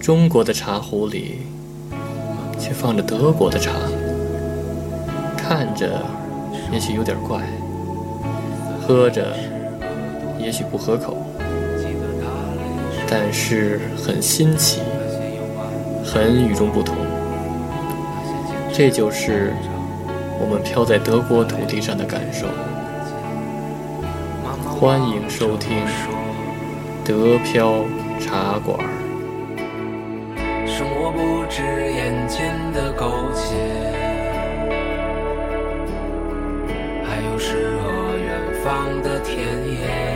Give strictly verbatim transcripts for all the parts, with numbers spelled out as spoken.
中国的茶壶里却放着德国的茶，看着也许有点怪，喝着也许不合口，但是很新奇，很与众不同。这就是我们飘在德国土地上的感受。欢迎收听德飘茶馆。 生活不止眼前的苟且，还有诗和远方的田野。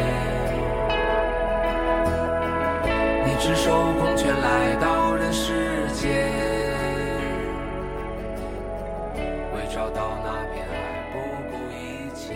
你赤手空拳来到人世间，为找到那片海不顾一切。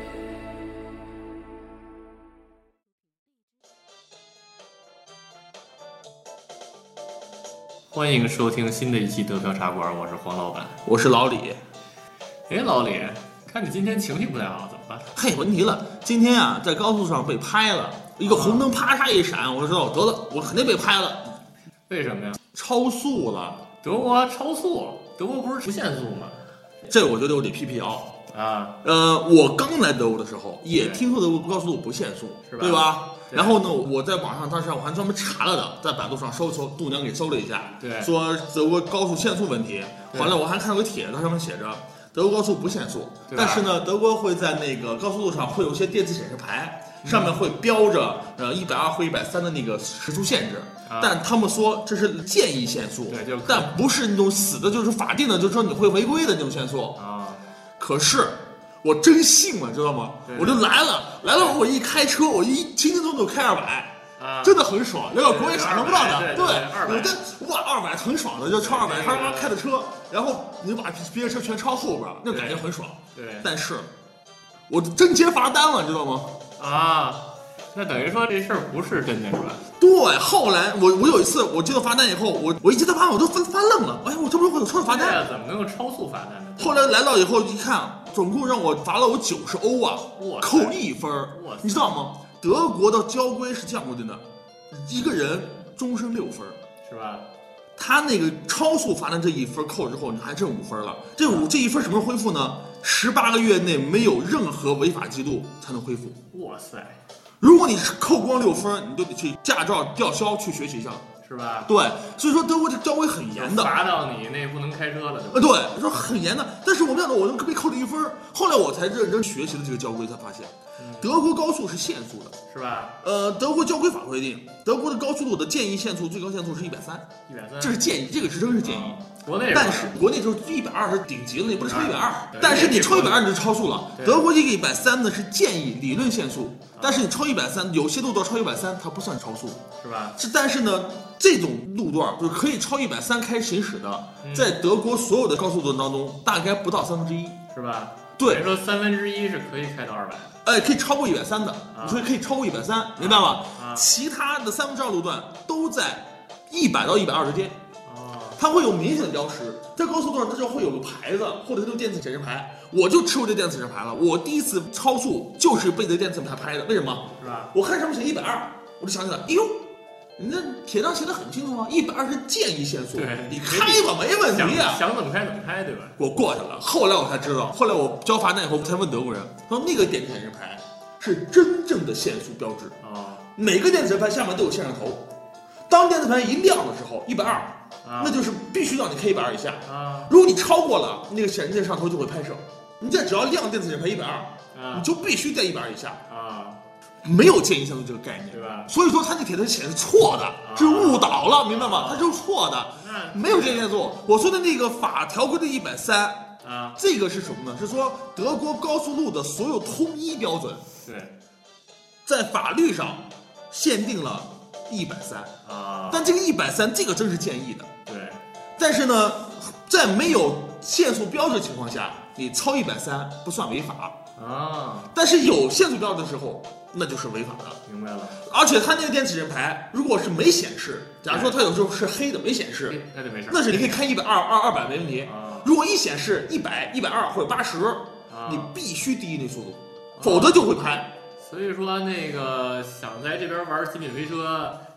欢迎收听新的一期德飘茶馆，我是黄老板， 我是老李。 哎，老李，看你今天情绪不太好，怎么办？ 嘿，问题了，今天啊，在高速上被拍了，一个红灯啪嚓一闪，我就知道得了，我肯定被拍了。 为什么呀？ 超速了。 德国超速？德国不是不限速吗？ 这我觉得我得辟辟谣啊。 呃，我刚来德国的时候，也听说德国高速路不限速， 是吧？ 对吧？对，然后呢，我在网上当时我还专门查了的，在百度上搜搜，度娘给搜了一下， 对，说德国高速限速问题。完了，我还看到个帖子，上面写着德国高速不限速，但是呢，德国会在那个高速路上会有一些电子显示牌，上面会标着呃一百二或一百三的那个时速限制，啊，但他们说这是建议限速， 对，就但不是那种死的，就是法定的，就是说你会违规的那种限速啊。 可是我真信了，知道吗？我就来了，来了，我一开车，我一轻轻松松开二百，啊，真的很爽，那个国内想象不到的。对，我跟哇二百很爽的，就超二百，他妈开的车，然后你就把别的车全超后边，那感觉很爽。 对， 但是我真接罚单了，知道吗？ 啊，那等于说这事儿不是真的，是吧？ 对，后来我我有一次我接到罚单以后，我我一接到罚单我都发发愣了，哎呀，我这不是会有超速罚单？ 对啊，怎么能够超速罚单呢？ 后来来到以后一看，总共让我罚了我九十欧啊，扣一分，你知道吗？德国的交规是这样规定的，一个人终身六分， 是吧？ 他那个超速罚单这一分扣之后，你还剩五分了。这五这一分什么时候恢复呢？十八个月内没有任何违法记录才能恢复。 哇塞！ 如果你是扣光六分，你就得去驾照吊销去学习去了， 是吧？ 对，所以说德国这交规很严的， 罚到你那不能开车了， 对吧？对，说很严的。但是我没想到我被扣了一分，后来我才认真学习了这个交规，才发现，嗯，德国高速是限速的， 是吧？ 呃，德国交规法规定，德国的高速路的建议限速最高限速是一百三， 一百三， 这是建议，这个是真是建议。 嗯，国内， 但是国内就是一百二是顶级了，你不能超一百二，但是你超一百二你就超速了。德国这个一百三呢是建议理论限速，但是你超一百三，有些路段超一百三它不算超速， 是吧？ 是，但是呢，这种路段就是可以超一百三开行驶的，在德国所有的高速路当中，大概不到三分之一， 是吧？ 对， 比如说三分之一是可以开到二百， 哎，可以超过一百三的，你说可以超过一百三，明白吗？ 啊， 其他的三分之二路段都在一百到一百二之间。它会有明显的标识，在高速路上它就会有个牌子，或者是电子显示牌。我就吃过这电子显示牌了。我第一次超速就是被这电子牌拍的，为什么？ 是吧？ 我看上面写一百二，我就想起来，哎呦，你这铁上写的很清楚啊，一百二是建议限速， 对， 你开吧，没问题啊， 想怎么开怎么开，对吧？ 我过去了。后来我才知道，后来我交罚单以后才问德国人，他说那个电子显示牌是真正的限速标志啊， 每个电子牌下面都有摄像头，当电子牌一亮的时候，一百二。 啊， 那就是必须让你开一百二以下啊！ 如果你超过了，那个显示器摄像头就会拍摄。你这只要亮电子显示牌一百二，你就必须在一百二以下啊！ 没有建议限速这个概念， 对吧？ 所以说他那帖子显示错的，啊，是误导了，明白吗？它就是错的，没有建议限速。我说的那个法条规的一百三啊， 这个是什么呢？是说德国高速路的所有统一标准， 对， 在法律上限定了一百三啊， 但这个一百三这个真是建议的。 对， 但是呢，在没有限速标志情况下，你超一百三不算违法啊。但是有限速标志的时候，那就是违法的。 明白了。 而且它那个电子显示牌，如果是没显示，假如说它有时候是黑的没显示， 那就没事。 那是你可以开一百二、二二百没问题。 啊， 如果一显示一百、一百二或者八十，你必须低于那速度，否则就会拍。 所以说，那个想在这边玩极品飞车，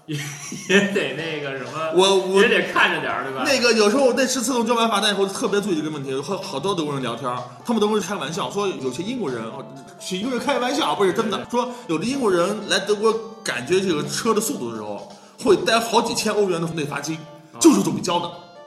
也也得那个什么， 我我也得看着点，对吧？ 那个有时候我那次自动交完罚单以后，特别注意这个问题，和好多德国人聊天，他们都会开玩笑说，有些英国人，是英国人开玩笑，不是真的，说有的英国人来德国感觉这个车的速度的时候，会带好几千欧元的内罚金，就是准备交的。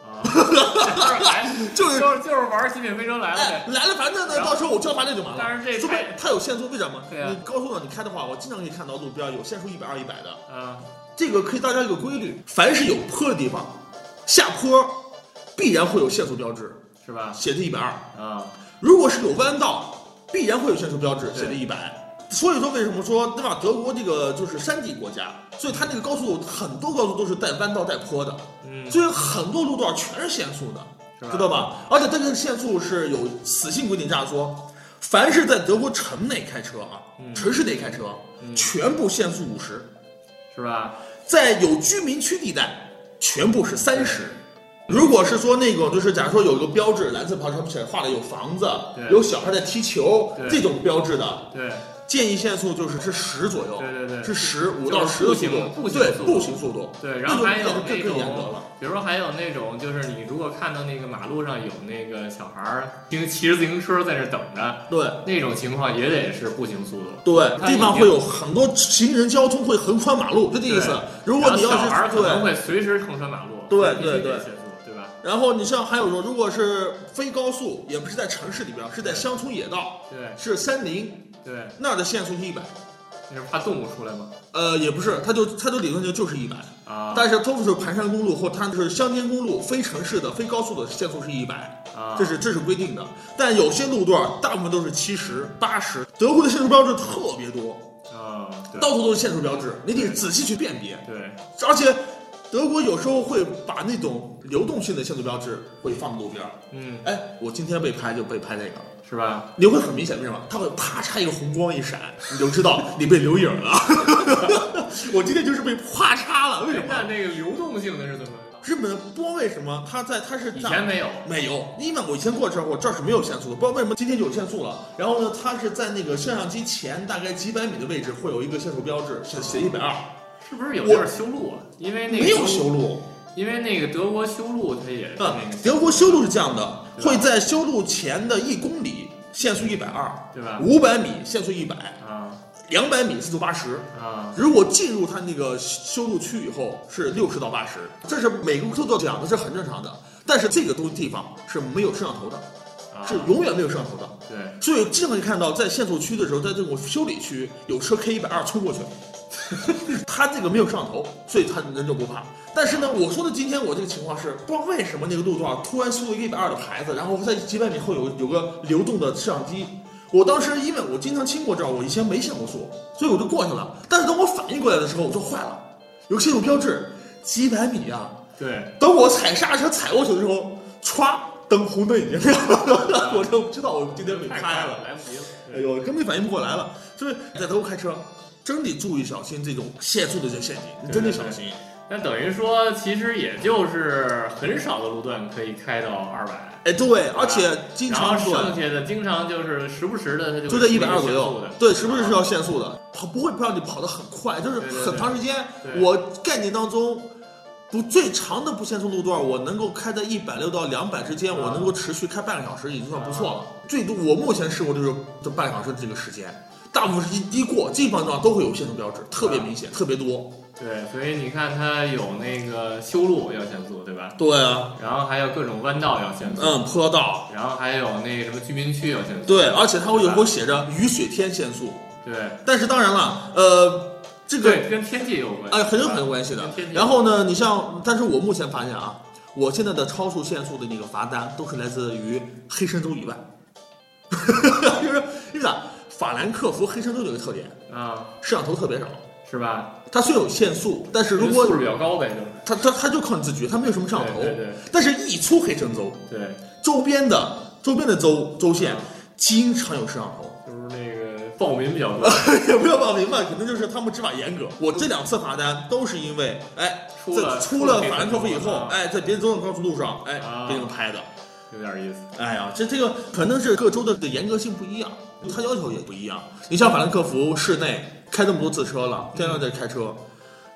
就是就是就是玩极品飞车来了呗， 来了，反正呢，到时候我交罚单就完了。 但是这说明它有限速，为什么？ 对啊， 你高速上你开的话，我经常可以看到路边有限速一百二、一百的。 啊， 这个可以大家有个规律，凡是有坡的地方，下坡必然会有限速标志， 是吧？ 写着一百二啊。 如果是有弯道，必然会有限速标志，写着一百。所以说，为什么说对吧？德国这个就是山地国家，所以它那个高速很多高速都是带弯道带坡的，嗯，所以很多路段全是限速的，知道吧？而且这个限速是有死性规定，这样说，凡是在德国城内开车啊，嗯、城市内开车，嗯、全部限速五十， 是吧？ 在有居民区地带，全部是三十。如果是说那种，就是假如说有一个标志，蓝色旁上写画的有房子，有小孩在踢球，这种标志的， 对。 建议限速就是是十左右， 对对对， 是十五到十的速度， 步行对步行速度， 对。然后还有那种， 了比如说还有那种，就是你如果看到那个马路上有那个小孩儿骑骑着自行车在那等着， 对， 那种情况也得是步行速度， 对，地方会有很多行人交通会横穿马路，就这意思。如果你要是小孩可能会随时横穿马路， 对对对。 然后你像还有说，如果是非高速，也不是在城市里边，是在乡村野道， 对， 是山林， 对， 那儿的限速是一百。 那是怕动物出来吗？ 呃，也不是，它就它就理论上就是一百啊。但是都是盘山公路或它是乡间公路，非城市的、非高速的限速是一百啊，这是这是规定的。但有些路段大部分都是七十、八十。德国的限速标志特别多啊， 到处都是限速标志，你得仔细去辨别。 对， 而且。德国有时候会把那种流动性的限速标志会放路边，嗯，哎，我今天被拍就被拍那个， 是吧？ 你会很明显，为什么？它会啪嚓一个红光一闪，你就知道你被留影了。我今天就是被啪嚓了，为什么？ 那那个流动性的是怎么？ 日本不知道为什么，它在它是以前没有没有，因为我以前过这儿，我这儿是没有限速的，不知道为什么今天有限速了。然后呢，它是在那个摄像机前大概几百米的位置会有一个限速标志，写写一百二。 是不是有点修路啊？因为那个没有修路， 因为那个德国修路它也是那个、 嗯。德国修路是这样的，会在修路前的一公里限速一百二， 对吧？ 五百米限速一百啊， 两百米限速八十啊。 如果进入它那个修路区以后是六十到八十，这是每个车都这样的，这是很正常的。但是这个东地方是没有摄像头的。是永远没有摄像头的， 对， 所以经常可以看到在限速区的时候，在这种修理区有车 K 一百二冲过去，他这个没有摄像头，所以他人就不怕。但是呢，我说的今天我这个情况是，不知道为什么那个路段突然竖了一个一百二的牌子，然后在几百米后有有个流动的摄像机。我当时因为我经常经过这儿，我以前没限过速，所以我就过去了。但是等我反应过来的时候，我就坏了，有个限速标志，几百米啊。 对。 等我踩刹车踩过去的时候，歘。灯红灯已经亮了，我就知道我今天被拍了， 来不及了。 哎呦，根本反应不过来了。所以在德国开车，真得注意小心这种限速的这陷阱，你真得小心。 那等于说，其实也就是很少的路段可以开到二百。 哎，对，而且经常剩下的经常就是时不时的它就就在一百二左右，对，时不时是要限速的，跑不会不让你跑得很快，就是很长时间。我概念当中。不最长的不限速路段，我能够开在一百六到两百之间，我能够持续开半个小时已经算不错了。最多我目前试过就是这半个小时的这个时间，大部分是一一过，基本上都会有限速标志，特别明显，特别多。 对，所以你看它有那个修路要限速，对吧？ 对啊。 然后还有各种弯道要限速， 嗯，坡道。 然后还有那什么居民区要限速。 对，而且它会有会写着雨雪天限速。 对。 但是当然了，呃。这个跟天气有关， 哎，很有很有关系的。然后呢，你像，但是我目前发现啊，我现在的超速限速的那个罚单都是来自于黑山州以外，就是因为啥？法兰克福黑山州有一个特点啊，摄像头特别少， 是吧？ 它虽有限速，但是如果素质比较高呗，就是它它它就靠你自觉，它没有什么摄像头。 对对对。 但是一出黑山州， 对周边的周边的州州县经常有摄像头， 就是那个。暴民比较多， 也不要暴民吧，可能就是他们执法严格。我这两次罚单都是因为，哎， 出了出了法兰克福以后，哎，在别的州的高速路上，哎， 啊、 被人拍的， 有点意思。 哎呀，这这个可能是各州的严格性不一样，它要求也不一样。你像法兰克福市内开这么多次车了，天天在开车，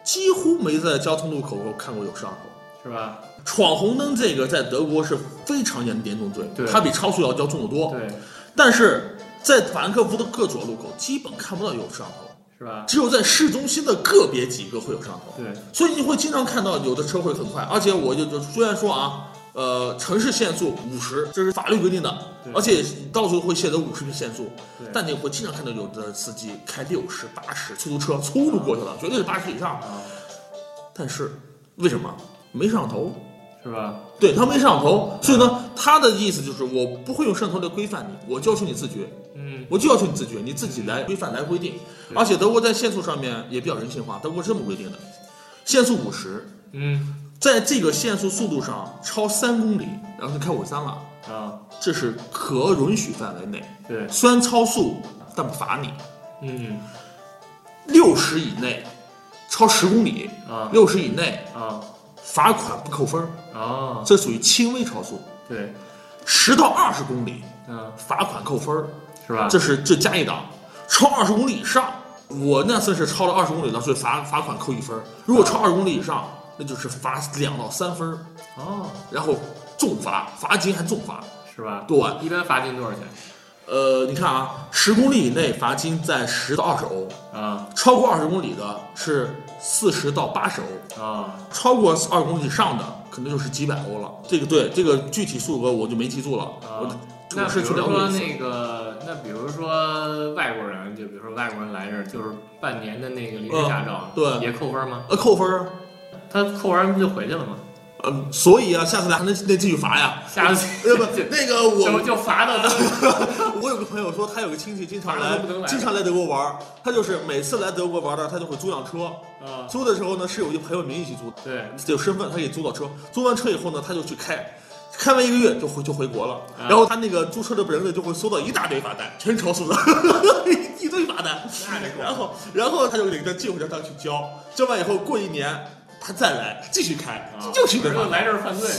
几乎没在交通路口看过有摄像头， 是吧？ 闯红灯这个在德国是非常严严重罪，它比超速要要重得多。 对， 但是在法兰克福的各主要路口基本看不到有摄像头。 是吧？ 只有在市中心的个别几个会有摄像头， 对， 所以你会经常看到有的车会很快，而且我就就虽然说啊，呃，城市限速五十，这是法律规定的，而且到处会写的五十限速，但你会经常看到有的司机开六十、八十，出租车粗路过去了，绝对是八十以上，啊、但是为什么没摄像头？ 是吧？ 对，他没摄像头，所以呢，他的意思就是我不会用摄像头来规范你，我就要求你自觉，嗯，我就要求你自觉，你自己来规范来规定。而且德国在限速上面也比较人性化，德国是这么规定的：限速五十， 嗯， 在这个限速速度上超三公里，然后就开五十三了啊，这是可允许范围内。 对， 虽然超速，但不罚你。 嗯， 六十以内，超十公里啊， 六十以内啊。 罚款不扣分哦， 这属于轻微超速。 对， 十到二十公里， 嗯， 罚款扣分是吧？ 这是这加一档。超二十公里以上，我那次是超了二十公里了，所以罚罚款扣一分。如果超二十公里以上，那就是罚两到三分。 哦， 然后重罚，罚金还重罚， 是吧？ 对， 一般罚金多少钱？ 呃，你看啊，十公里以内罚金在十到二十欧啊， 超过二十公里的是四十到八十欧啊， 超过二十公里以上的可能就是几百欧了。这个对，这个具体数额我就没记住了。 啊、 我那比如说那个，那比如说外国人，就比如说外国人来这儿，就是半年的那个临时驾照， 呃、对， 也扣分吗？ 呃，扣分， 他扣完不就回去了吗？ 嗯，所以啊，下次来还能那继续罚呀？ 下次呃不，那个我就就罚到那。 我有个朋友说，他有个亲戚经常来，经常来德国玩，他就是每次来德国玩的，他就会租辆车。 啊， 租的时候呢，是有一个朋友名义去租的， 对， 有身份，他可以租到车。租完车以后呢，他就去开，开完一个月就回就回国了。啊、然后他那个租车的人呢，就会收到一大堆罚单，全超速的，一堆罚单。然后，然后他就领着寄回家，他去交，交完以后过一年。他再来继续开， 啊、 就去就来这儿犯罪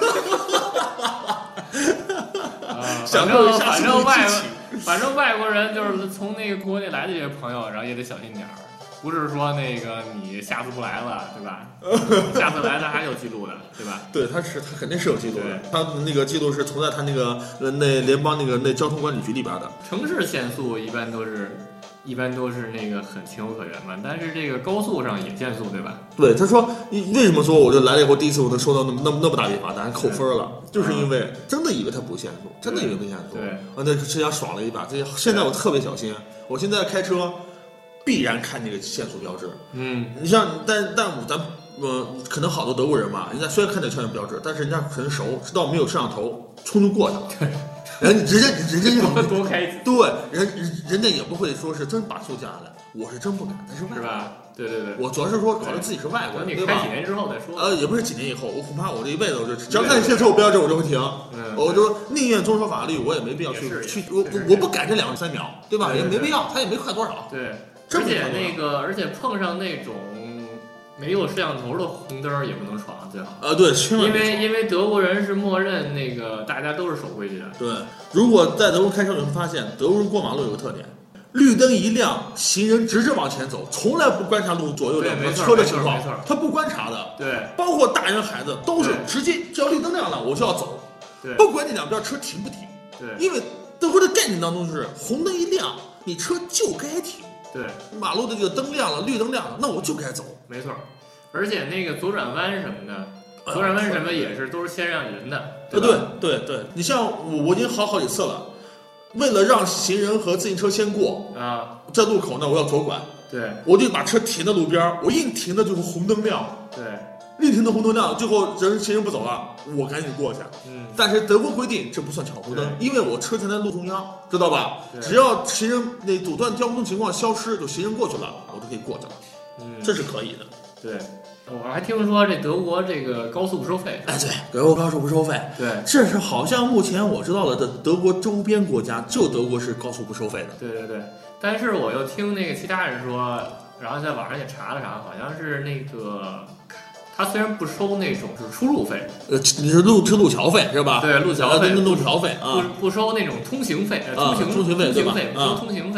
的。 啊， 反正反正外反正外国人就是从那个国内来的这些朋友，然后也得小心点儿，不是说那个你下次不来了，对吧？下次来他还有记录的，对吧？ 对，他是他肯定是有记录的，他那个记录是存在他那个那联邦那个那交通管理局里边的。 城市限速一般都是。一般都是那个很情有可原嘛，但是这个高速上也限速，对吧？ 对，他说为什么说我就来了以后第一次我能收到那么那么那么大笔罚单扣分了，就是因为真的以为他不限速，真的以为不限速， 对， 啊，那这下爽了一把。这现在我特别小心，我现在开车必然看那个限速标志。 嗯， 你像但但我咱呃可能好多德国人嘛，人家虽然看这个限速标志，但是人家很熟，知道没有摄像头，冲就过去了。人人家人家多多开几对人人家也不会说是真把速降下来，我是真不敢，但是是吧？对对对， 我主要是说考虑自己是外国人， 对吧？你开几年之后再说。 呃，也不是几年以后，我恐怕我这一辈子我就只要看限速标志我就会停， 嗯， 我就宁愿遵守法律，我也没必要去去我我不赶这两三秒，对吧？也没必要，他也没快多少。 对，而且那个而且碰上那种。没有摄像头的红灯也不能闯，最好。 呃，对， 因为因为德国人是默认那个大家都是守规矩的。 对，如果在德国开车，你会发现德国人过马路有个特点，绿灯一亮，行人直着往前走，从来不观察路左右两边车的情况，他不观察的。 对， 包括大人孩子都是直接只要绿灯亮了，我就要走， 对， 不管你两边车停不停。 对， 因为德国的概念当中就是红灯一亮，你车就该停。 对， 马路的这个灯亮了，绿灯亮了，那我就该走。 没错，而且那个左转弯什么的，左转弯什么也是都是先让人的。 对对对对，你像我我已经好好几次了，为了让行人和自行车先过啊， 在路口呢我要左拐， 对， 我就把车停在路边，我一停的就是红灯亮， 对， 一停的红灯亮，最后人行人不走了，我赶紧过去。 嗯， 但是德国规定这不算闯红灯，因为我车停在路中央，知道吧？只要行人那阻断交通情况消失，就行人过去了，我就可以过去了。 嗯， 这是可以的。 对。我还听说这德国这个高速不收费。 哎，对，德国高速不收费。 对， 这是好像目前我知道了的德国周边国家，就德国是高速不收费的。 对对对，但是我又听那个其他人说，然后在网上也查了查，好像是那个他虽然不收那种就是出入费， 呃，你是路是路桥费是吧？ 对，路桥费， 路桥费啊， 不不收那种通行费， 通行通行费通行费不收通行费。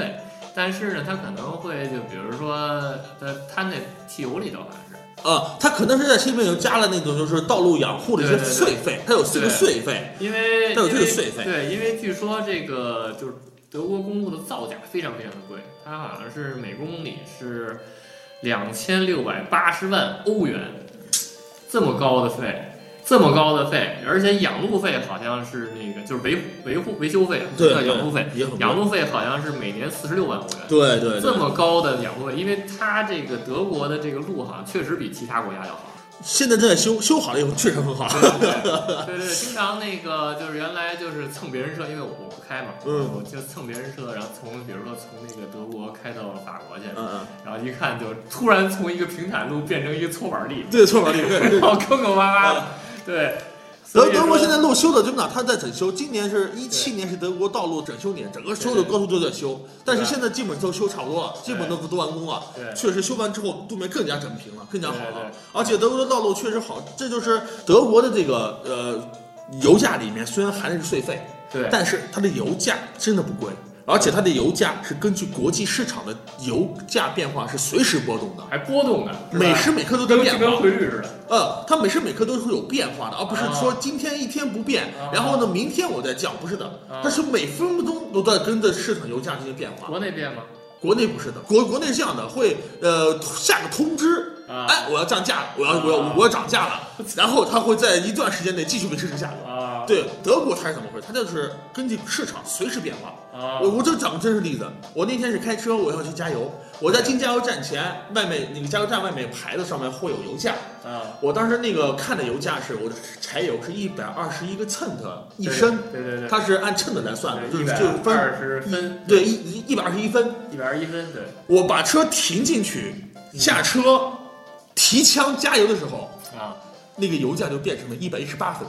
但是呢，它可能会就比如说，它它那汽油里头好像是。 呃，它可能是在这边又加了那种就是道路养护的一些税费，它有这个税费， 因为它有这个税费。 对，因为据说这个就是德国公路的造价非常非常的贵，它好像是每公里是两千六百八十万欧元，这么高的费。这么高的费，而且养路费好像是那个就是维护维护维修费， 对， 养路费，养路费好像是每年四十六万欧元。 对对， 这么高的养路费，因为它这个德国的这个路好像确实比其他国家要好。 现在正在修，修好了以后确实很好。 对对对，对对，经常那个就是原来就是蹭别人车，因为我我不开嘛，嗯，我就蹭别人车，然后从比如说从那个德国开到法国去， 嗯嗯， 然后一看就突然从一个平坦路变成一个搓板地， 对，搓板地， 然后坑坑洼洼的，对。 德德国现在路修的真的，它在整修。今年是一七年是德国道路整修年，整个所有的高速都在修，但是现在基本都修差不多了，基本都都完工了。确实修完之后路面更加整平了，更加好了。而且德国的道路确实好，这就是德国的这个呃油价里面虽然含的是税费， 对， 但是它的油价真的不贵。而且它的油价是根据国际市场的油价变化是随时波动的， 还波动的， 每时每刻都在变化， 跟汇率似的。 呃，它每时每刻都会有变化的，而不是说今天一天不变，啊、然后呢明天我再降，不是的，啊、它是每分钟都在跟着市场油价进行变化。 国内变吗？ 国内不是的，国国内是这样的，会呃下个通知。 啊、 哎，我要降价了，我要、啊、我要我要涨价了，然后它会在一段时间内继续维持这个价格。 啊， 对，德国它是怎么回事？它就是根据市场随时变化。 啊， 我我就讲个真实例子，我那天是开车，我要去加油，我在进加油站前，外面那个加油站外面牌子上面会有油价。 啊， 我当时那个看的油价是我的柴油是一百二十一个秤的一升， 对对对， 它是按秤的来算的，就是就分二十分， 对一一百二十一分， 一百二十一分，对。 我把车停进去，下车。提枪加油的时候啊， 那个油价就变成了一百一十八分，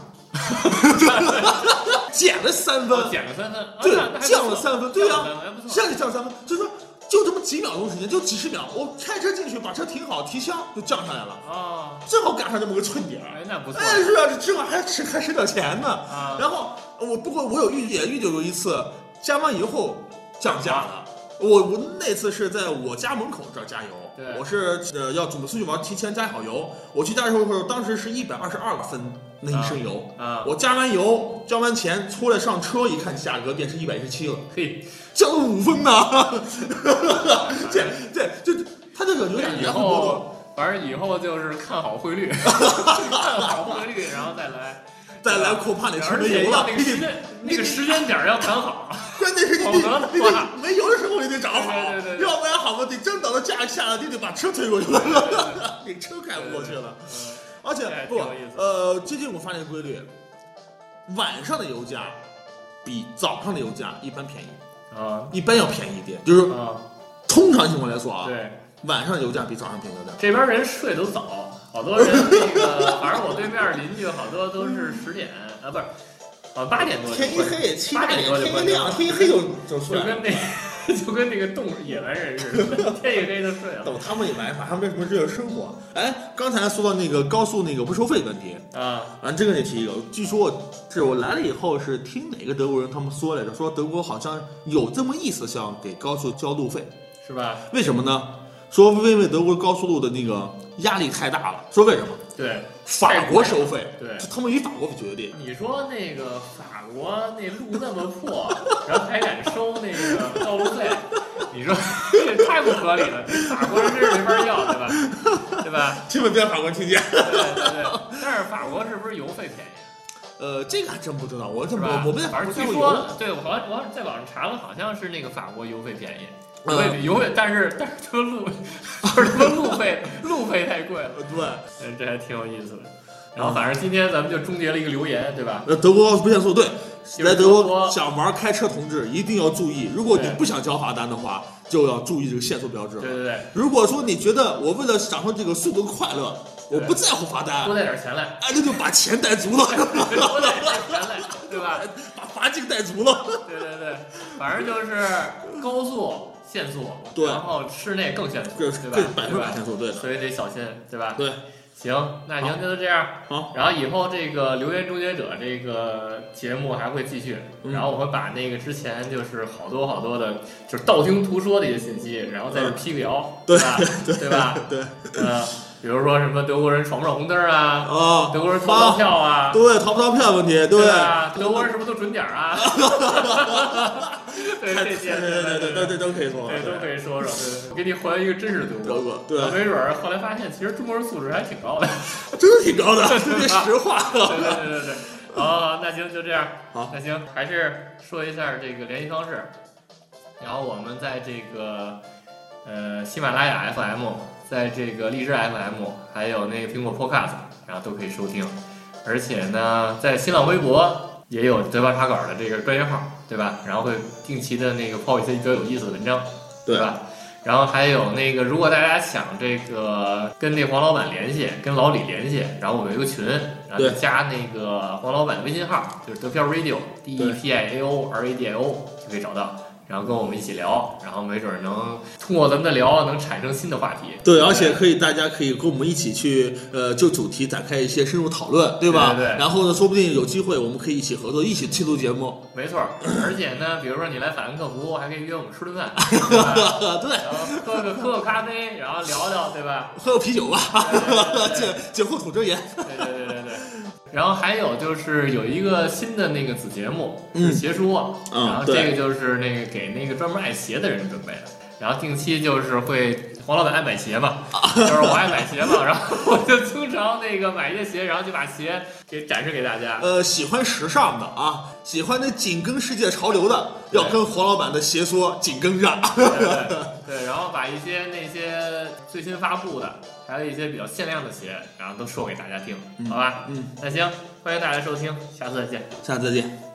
减了三分， 减了三分， 对，降了三分，对呀，降就降了三分，就是说就这么几秒钟时间，就几十秒，我开车进去把车停好，提枪就降下来了啊， 正好赶上这么个寸点， 哎，那不错， 哎，是啊，这正好还省还省点钱呢啊。 然后我不过我有遇也遇见过一次，加完以后降价了。我我那次是在我家门口这儿加油，我是呃要准备出去玩，提前加好油。我去加油的时候，当时是一百二十二个分那一升油， 啊， 我加完油交完钱出来上车一看，价格变成一百一十七了， 嘿， 降了五分呐！这这就他这个有点也很波动。 反正以后就是看好汇率，看好汇率，然后再来。 再来恐怕得吃没油了， 那个时间那个时间点要赶好， 关键是你得你得没油的时候你得找好， 对对对， 要不然好嘛，得真等到价下来，你得把车推过去了，你车开不过去了。而且不，呃，最近我发现规律，晚上的油价比早上的油价一般便宜啊， 一般要便宜一点，就是通常情况来说啊， 对， 晚上油价比早上便宜的。 这边人睡都早。好多人那个，反正我对面邻居好多都是十点啊，不是，啊八点多， 天一黑，七八点多就天一亮，天一黑就就睡了，就跟那就跟那个动物野蛮人似的，天一黑就睡了。 懂他们也没法，他们为什么这样生活？哎，刚才说到那个高速那个不收费问题啊， 完这个得提一个，据说是我来了以后是听哪个德国人他们说来着，说德国好像有这么意思，想给高速交路费， 是吧？ 为什么呢？说因为德国高速路的那个压力太大了。说为什么？ 对， 法国收费， 对， 他们与法国决定。 你说那个法国那路那么破，然后还敢收那个道路费，你说这太不合理了。法国人真是没法要，对吧？对吧？ 千万别让法国听见。 对对对。但是法国是不是油费便宜？ 呃，这个还真不知道，我这我我们反正据说，对我好像我在网上查了，好像是那个法国油费便宜。油费油费，但是但是这个路，就是这个路费路费太贵了。 对， 嗯，这还挺有意思的。然后反正今天咱们就终结了一个留言，对吧？ 呃，德国不限速，对，来德国想玩开车同志一定要注意，如果你不想交罚单的话，就要注意这个限速标志。 对对对。 如果说你觉得我为了享受这个速度快乐，我不在乎罚单， 多带点钱来， 哎，那就把钱带足了， 多带点钱来，对吧？ 把罚金带足了。 对对对，反正就是高速。限速， 对， 然后室内更限速，对吧？ 百分百限速，对的， 所以得小心，对吧？ 对。 行，那行就这样。 好， 然后以后这个留言终结者这个节目还会继续， 嗯、 然后我会把那个之前就是好多好多的，就是道听途说的一些信息，然后在这辟个谣， 对吧？ 对对吧？ 对， 呃，比如说什么德国人闯不闯红灯啊？ 啊， 德国人逃不逃票啊？ 对，逃不逃票问题，对， 对吧？德国人是不是都准点啊？对，这些对对对对对都可以说， 对都可以说说。我给你还原一个真实德国，对， 没准儿后来发现其实中国人素质还挺高的， 真的挺高的，这实话。 对对对对对。好，那行就这样。 好， 那行还是说一下这个联系方式。然后我们在这个呃喜马拉雅 F M， 在这个荔枝 F M， 还有那个苹果 Podcast， 然后都可以收听。而且呢，在新浪微博也有德巴茶馆的这个专业号，对吧？然后会定期的那个抛一些比较有意思的文章，对吧？然后还有那个，如果大家想这个跟那黄老板联系，跟老李联系，然后我们有一个群，然后就加那个黄老板微信号，就是德票 Radio D E P I A O R A D I O 就可以找到。然后跟我们一起聊，然后没准能通过咱们的聊能产生新的话题。 对，而且可以，大家可以跟我们一起去，呃，就主题展开一些深入讨论，对吧？ 对对对。 然后呢，说不定有机会我们可以一起合作，一起去录节目。 没错，而且呢，比如说你来法兰克福，还可以约我们吃顿饭， 对， 然后喝个喝个咖啡，然后聊聊，对吧？ 喝个啤酒吧，解解惑吐真言。 对对对对对。然后还有就是有一个新的那个子节目是鞋说， 嗯、 然后这个就是那个给那个专门爱鞋的人准备的，然后定期就是会黄老板爱买鞋嘛，就是我爱买鞋嘛，然后我就经常那个买一些鞋，然后就把鞋给展示给大家。 呃，喜欢时尚的啊，喜欢那紧跟世界潮流的，要跟黄老板的鞋说紧跟上。 对, 对, 对，然后把一些那些最新发布的。还有一些比较限量的鞋，然后都说给大家听，好吧？ 嗯， 那行，欢迎大家收听，下次再见， 下次再见。